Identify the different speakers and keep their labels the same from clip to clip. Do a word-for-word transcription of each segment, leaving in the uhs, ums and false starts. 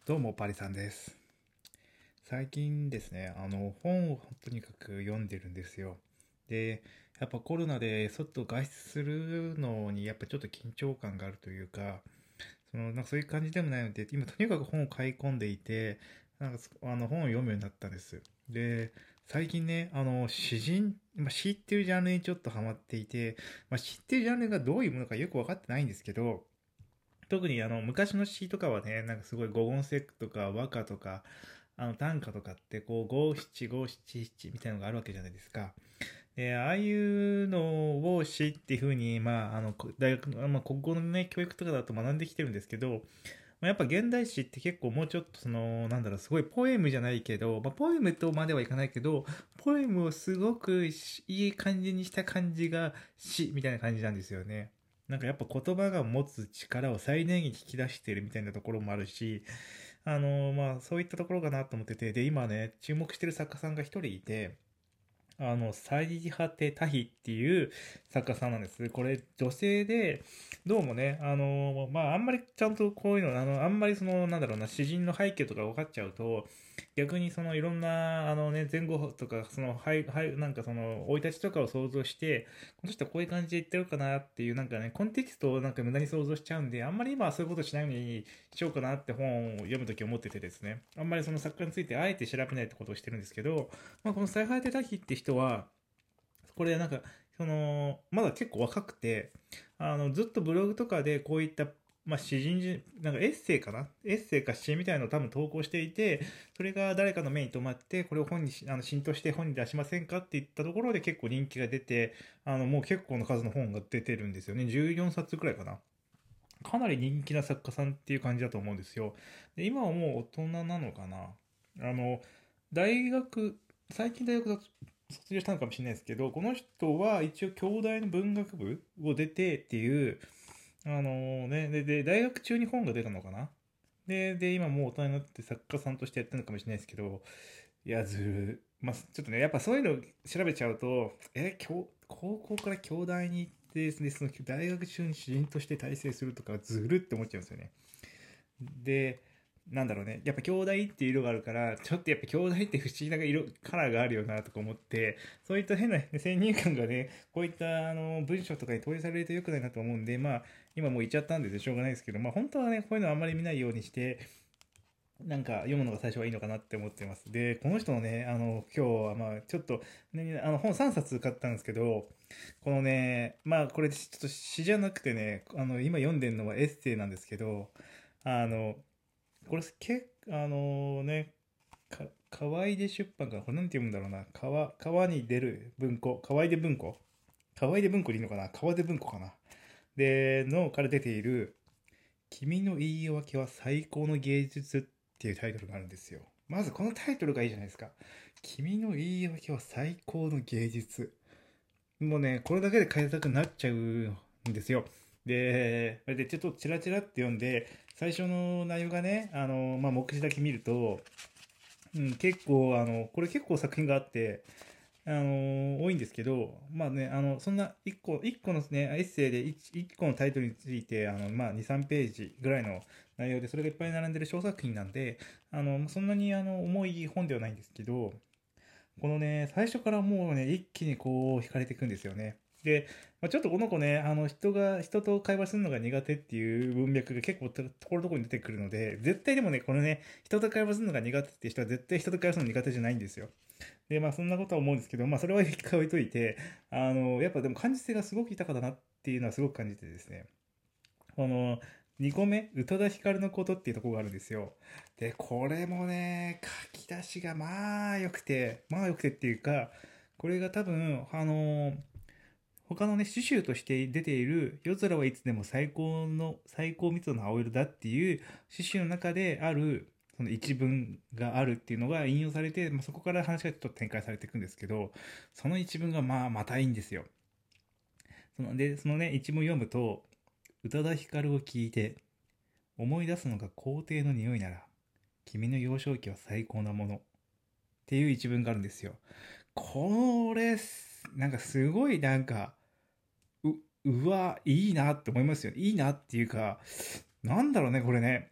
Speaker 1: どうもパリさんです。最近ですね、あの本をとにかく読んでるんですよ。で、やっぱコロナで外外出するのにやっぱちょっと緊張感があるというか、そのなんかそういう感じでもないので、今とにかく本を買い込んでいて、なんかすあの本を読むようになったんです。で、最近ね、あの詩人、まあ、詩っていうジャンルにちょっとハマっていて、まあ、詩っていうジャンルがどういうものかよく分かってないんですけど、特にあの昔の詩とかはね、なんかすごい五言節句とか和歌とか、あの短歌とかってこう五七五七七みたいなのがあるわけじゃないですか。で、ああいうのを詩っていうふうに、まあ、あの大学の、まあ、国語のね、教育とかだと学んできてるんですけど、まあ、やっぱ現代詩って結構もうちょっとその、なんだろう、すごいポエムじゃないけど、まあ、ポエムとまではいかないけど、ポエムをすごくいい感じにした感じが詩みたいな感じなんですよね。なんかやっぱ言葉が持つ力を最大限引き出しているみたいなところもあるし、あのまあそういったところかなと思ってて、で、今ね、注目してる作家さんが一人いて、あの、最果てタヒっていう作家さんなんです。これ、女性で、どうもね、あの、まあ、あんまりちゃんとこういうの、あの、あんまりその、なんだろうな、詩人の背景とか分かっちゃうと、逆にその、いろんな、あのね、前後とか、その、はい、はい、なんかその、生い立ちとかを想像して、この人はこういう感じで言ってるかなっていう、なんかね、コンテキストをなんか無駄に想像しちゃうんで、あんまり今はそういうことしないようにしようかなって本を読むとき思っててですね、あんまりその作家についてあえて調べないってことをしてるんですけど、まあ、この采配手タヒって人は、これなんか、その、まだ結構若くて、あの、ずっとブログとかでこういった、まあ、詩人じ、なんかエッセイかなエッセイか詩みたいなのを多分投稿していて、それが誰かの目に留まって、これを本にし、あの、浸透して本に出しませんかって言ったところで結構人気が出て、あの、もう結構の数の本が出てるんですよね。じゅうよんさつくらいかな。かなり人気な作家さんっていう感じだと思うんですよ。で、今はもう大人なのかな。あの、大学、最近大学卒業したのかもしれないですけど、この人は一応京大の文学部を出てっていう、あのね、で、で、大学中に本が出たのかな。で、で、今もう大人になって作家さんとしてやってるのかもしれないですけど、いや、ずる、まあ、ちょっとね、やっぱそういうの調べちゃうと、え、高高校から京大に行ってですね、その大学中に詩人として大成するとかずるって思っちゃうんですよね。で、なんだろうね。やっぱ兄弟っていう色があるから、ちょっとやっぱ兄弟って不思議な色、カラーがあるよなとか思って、そういった変なね先入観がね、こういったあの文章とかに投影されると良くないなと思うんで、まあ、今もう言っちゃったんでしょうがないですけど、まあ本当はね、こういうのはあんまり見ないようにして、なんか読むのが最初はいいのかなって思ってます。で、この人のね、あの、今日はまあちょっと、ね、あの本さんさつ買ったんですけど、このね、まあこれちょっと詩じゃなくてね、あの、今読んでるのはエッセイなんですけど、あの、これけあのね、か、かわいで出版かな、これなんて読むんだろうな。川、川に出る文庫。かわいで文庫。かわいで文庫でいいのかな、川で文庫かな。で、のから出ている、君の言い訳は最高の芸術っていうタイトルがあるんですよ。まずこのタイトルがいいじゃないですか。君の言い訳は最高の芸術。もうね、これだけで買いたくなっちゃうんですよ。で、で、ちょっとチラチラって読んで、最初の内容がね、あの、まあ、目次だけ見ると、うん、結構、あの、これ結構作品があって、あの、多いんですけど、まあね、あの、そんな一個、一個のね、エッセイで一一個のタイトルについて、あの、まあ、に、さんページぐらいの内容で、それがいっぱい並んでる小作品なんで、あの、そんなにあの、重い本ではないんですけど、このね、最初からもうね、一気にこう、惹かれていくんですよね。で、まあ、ちょっとこの子ね、あの、人が、人と会話するのが苦手っていう文脈が結構ところどころに出てくるので、絶対でもね、このね、人と会話するのが苦手っていう人は絶対人と会話するの苦手じゃないんですよ。で、まあそんなことは思うんですけど、まあそれは一回置いといて、あの、やっぱでも感受性がすごく豊かだなっていうのはすごく感じてですね。この、にこめ、宇多田ヒカルのことっていうところがあるんですよ。で、これもね、書き出しがまあ良くて、まあ良くてっていうか、これが多分、あの、他のね、詩集として出ている、夜空はいつでも最高の、最高密度の青色だっていう詩集の中である、その一文があるっていうのが引用されて、まあ、そこから話がちょっと展開されていくんですけど、その一文がまあまたいいんですよ。そので、そのね、一文読むと、宇多田ヒカルを聞いて、思い出すのが皇帝の匂いなら、君の幼少期は最高なものっていう一文があるんですよ。これ、なんかすごいなんか、う、うわ、いいなって思いますよ。いいなっていうか、なんだろうね、これね。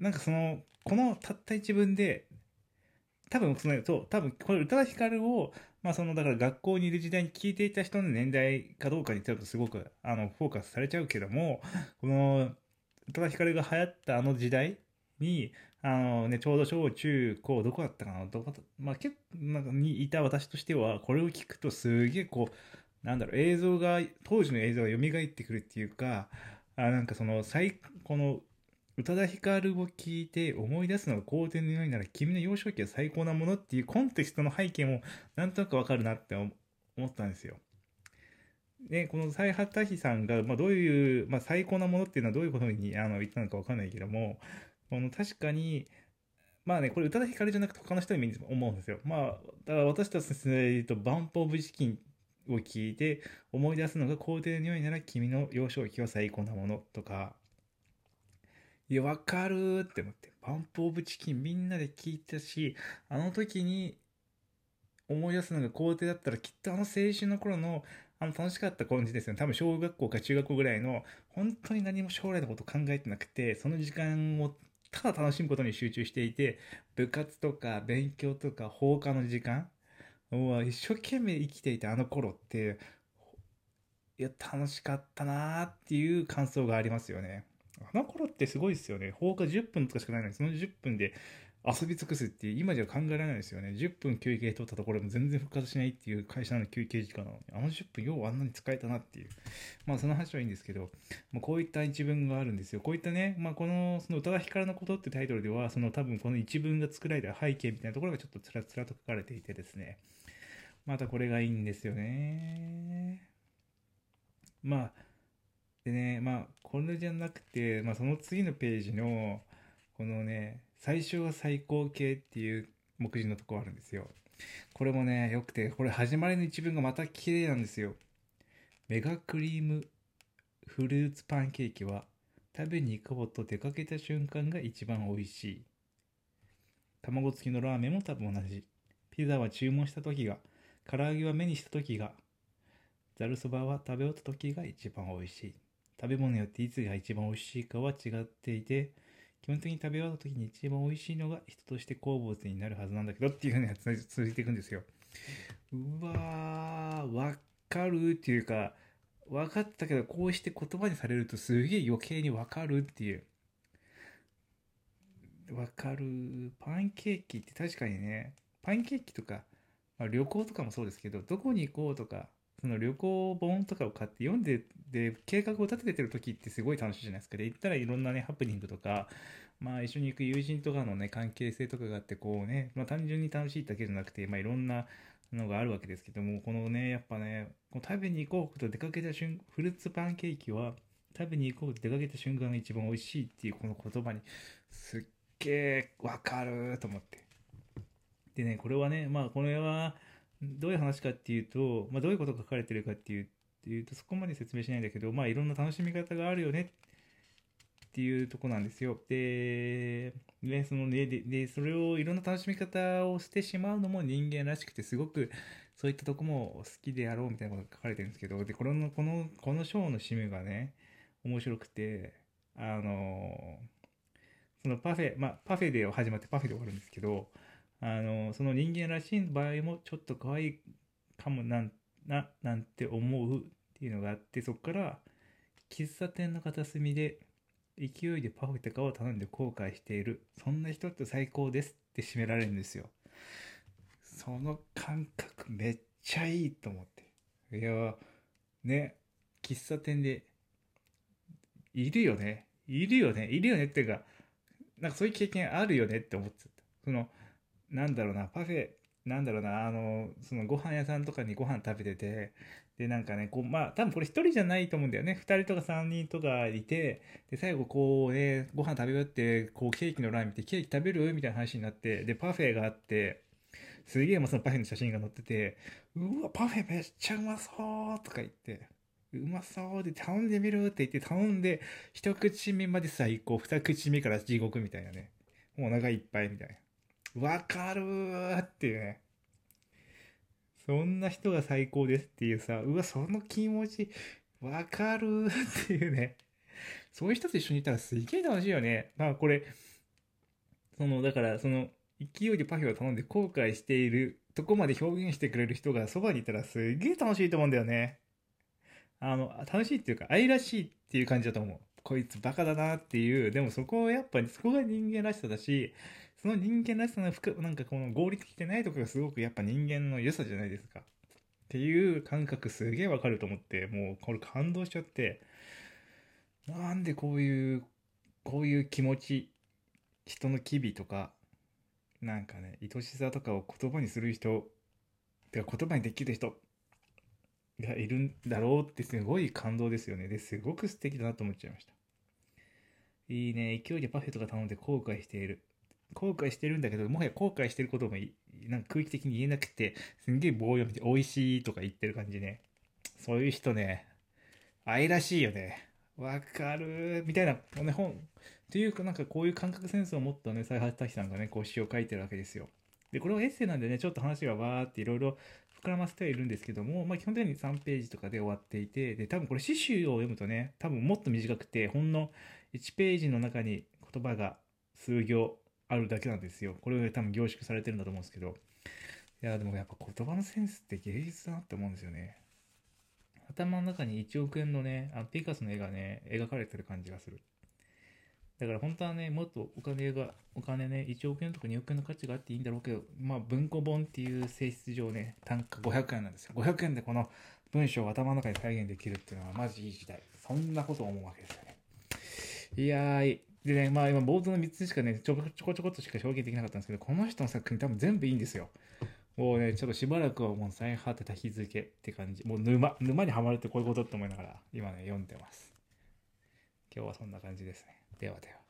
Speaker 1: なんかその、このたった一文で、多分その、そう、多分これ宇多田ヒカルを、まあその、だから学校にいる時代に聞いていた人の年代かどうかにちょっとすごく、あの、フォーカスされちゃうけども、この、宇多田ヒカルが流行ったあの時代に、あのね、ちょうど小中高、どこだったかな、どこだ、まあ結構、なんかにいた私としては、これを聞くとすげえこう、なんだろう、映像が、当時の映像が蘇ってくるっていうか、あ、なんかその、最、この、宇多田ヒカルを聞いて思い出すのが好天のようになら君の幼少期は最高なものっていうコンテクストの背景もなんとなくわかるなって思ったんですよ。で、この最畑日さんが、まあ、どういう、まあ、最高なものっていうのはどういうことにあの言ったのかわかんないけども、この確かに、まあね、これ宇多田ヒカルじゃなくて他の人にも思うんですよ。まあ、だから私たちで言うと、バンプオブチキンを聞いて思い出すのが好天のようになら君の幼少期は最高なものとか、いや、わかるーって思って。バンプオブチキンみんなで聞いたし、あの時に思い出すのが校庭だったらきっとあの青春の頃のあの楽しかった感じですよね。多分小学校か中学校ぐらいの本当に何も将来のこと考えてなくて、その時間をただ楽しむことに集中していて、部活とか勉強とか放課の時間を一生懸命生きていたあの頃って、いや、楽しかったなーっていう感想がありますよね。あの頃ってすごいですよね。放課じゅっぷんとかしかないのに、そのじゅっぷんで遊び尽くすっていう、今じゃ考えられないですよね。じゅっぷん休憩取ったところでも全然復活しないっていう会社の休憩時間なのに、あのじゅっぷんようあんなに使えたなっていう。まあその話はいいんですけど、まあ、こういった一文があるんですよ。こういったね、まあこの、その宇多田ヒカルのことってタイトルでは、その多分この一文が作られた背景みたいなところがちょっとつらつらと書かれていてですね。またこれがいいんですよね。まあ、でね、まあ、これじゃなくて、まあ、その次のページの、このね、最初は最高形っていう目次のとこあるんですよ。これもね、よくて、これ始まりの一文がまた綺麗なんですよ。メガクリームフルーツパンケーキは、食べに行こうと出かけた瞬間が一番美味しい。卵付きのラーメンも多分同じ。ピザは注文した時が、唐揚げは目にした時が、ざるそばは食べ終わった時が一番美味しい。食べ物によっていつが一番美味しいかは違っていて、基本的に食べ終わった時に一番美味しいのが人として好物になるはずなんだけどっていうふうなやつが続いていくんですよ。うわー、わかるっていうか、分かったけどこうして言葉にされるとすげえ余計にわかるっていう。わかる。パンケーキって確かにね、パンケーキとか、まあ、旅行とかもそうですけど、どこに行こうとか、その旅行本とかを買って読んで、で、計画を立ててる時ってすごい楽しいじゃないですか。で、行ったらいろんなね、ハプニングとか、まあ一緒に行く友人とかのね、関係性とかがあって、こうね、まあ単純に楽しいだけじゃなくて、まあいろんなのがあるわけですけども、このね、やっぱね、こう食べに行こうと出かけた瞬間、フルーツパンケーキは、食べに行こうと出かけた瞬間が一番美味しいっていうこの言葉に、すっげえわかると思って。でね、これはね、まあこれは、どういう話かっていうと、まあどういうことが書かれてるかっていうっていうと、そこまで説明しないんだけど、まあいろんな楽しみ方があるよねっていうとこなんですよ。で、ね、そのね、で、で、それをいろんな楽しみ方をしてしまうのも人間らしくて、すごくそういったとこも好きであろうみたいなことが書かれてるんですけど、で、これの、この、この章の締めがね、面白くて、あの、そのパフェ、まあ、パフェで始まってパフェで終わるんですけど、あの、その人間らしい場合もちょっと可愛いかもなん、な、なんて思うっていうのがあって、そこから、喫茶店の片隅で勢いでパフェとかを頼んで後悔している。そんな人って最高ですって締められるんですよ。その感覚めっちゃいいと思って。いや、ね、喫茶店で、いるよね。いるよね。いるよねっていうか、なんかそういう経験あるよねって思っちゃった。その、なんだろうな、パフェ、なんだろうな、あの、そのご飯屋さんとかにご飯食べてて、で、なんかね、こう、まあ、多分これ一人じゃないと思うんだよね。二人とか三人とかいて、で、最後こうね、ご飯食べ終わって、こうケーキの欄見て、ケーキ食べるみたいな話になって、で、パフェがあって、すげえもうそのパフェの写真が載ってて、うわ、パフェめっちゃうまそうとか言って、うまそうで頼んでみるって言って頼んで、一口目まで最高、二口目から地獄みたいなね。もうお腹いっぱいみたいな。わかるーっていうね。そんな人が最高ですっていうさ、うわ、その気持ち、わかるーっていうね。そういう人と一緒にいたらすげえ楽しいよね。まあこれ、 その、だから、その、勢いでパフェを頼んで後悔しているとこまで表現してくれる人がそばにいたらすげえ楽しいと思うんだよね。あの、楽しいっていうか、愛らしいっていう感じだと思う。こいつバカだなっていう、でもそこをやっぱり、そこが人間らしさだし、その人間らしさの深なんかこの合理的でないところがすごくやっぱ人間の良さじゃないですか。っていう感覚すげえわかると思って、もうこれ感動しちゃって、なんでこういう、こういう気持ち、人の機微とか、なんかね、愛しさとかを言葉にする人、てか言葉にできる人がいるんだろうってすごい感動ですよね。で、すごく素敵だなと思っちゃいました。いいね。勢いでパフェとか頼んで後悔している。後悔してるんだけど、もはや後悔してることもいなんか空気的に言えなくて、すんげえ棒読みで美味しいとか言ってる感じね。そういう人ね、愛らしいよね。わかるみたいな、ね、本。っていうか、なんかこういう感覚センスを持ったね、斎橋滝さんがね、こう詩を書いてるわけですよ。で、これはエッセイなんでね、ちょっと話がわーっていろいろ膨らませてはいるんですけども、まあ基本的にさんページとかで終わっていて、で、多分これ詩集を読むとね、多分もっと短くて、ほんのいちページの中に言葉が数行あるだけなんですよ。これが多分凝縮されてるんだと思うんですけど、いや、でもやっぱ言葉のセンスって芸術だなって思うんですよね。頭の中にいちおく円のね、あのピカソの絵がね、描かれてる感じがする。だから本当はね、もっとお金が、お金ね、いちおく円とかにおく円の価値があっていいんだろうけど、まあ文庫本っていう性質上ね、単価ごひゃくえんなんですよ。ごひゃくえんでこの文章を頭の中に再現できるっていうのはマジいい時代。そんなことを思うわけですよね。いやー、でね、まあ今冒頭のみっつしかね、ちょこちょこちょこっとしか表現できなかったんですけど、この人の作品多分全部いいんですよ。もうね、ちょっとしばらくはもう最果てた日付って感じ。もう沼、沼にはまるってこういうことって思いながら、今ね、読んでます。今日はそんな感じですね。ではでは。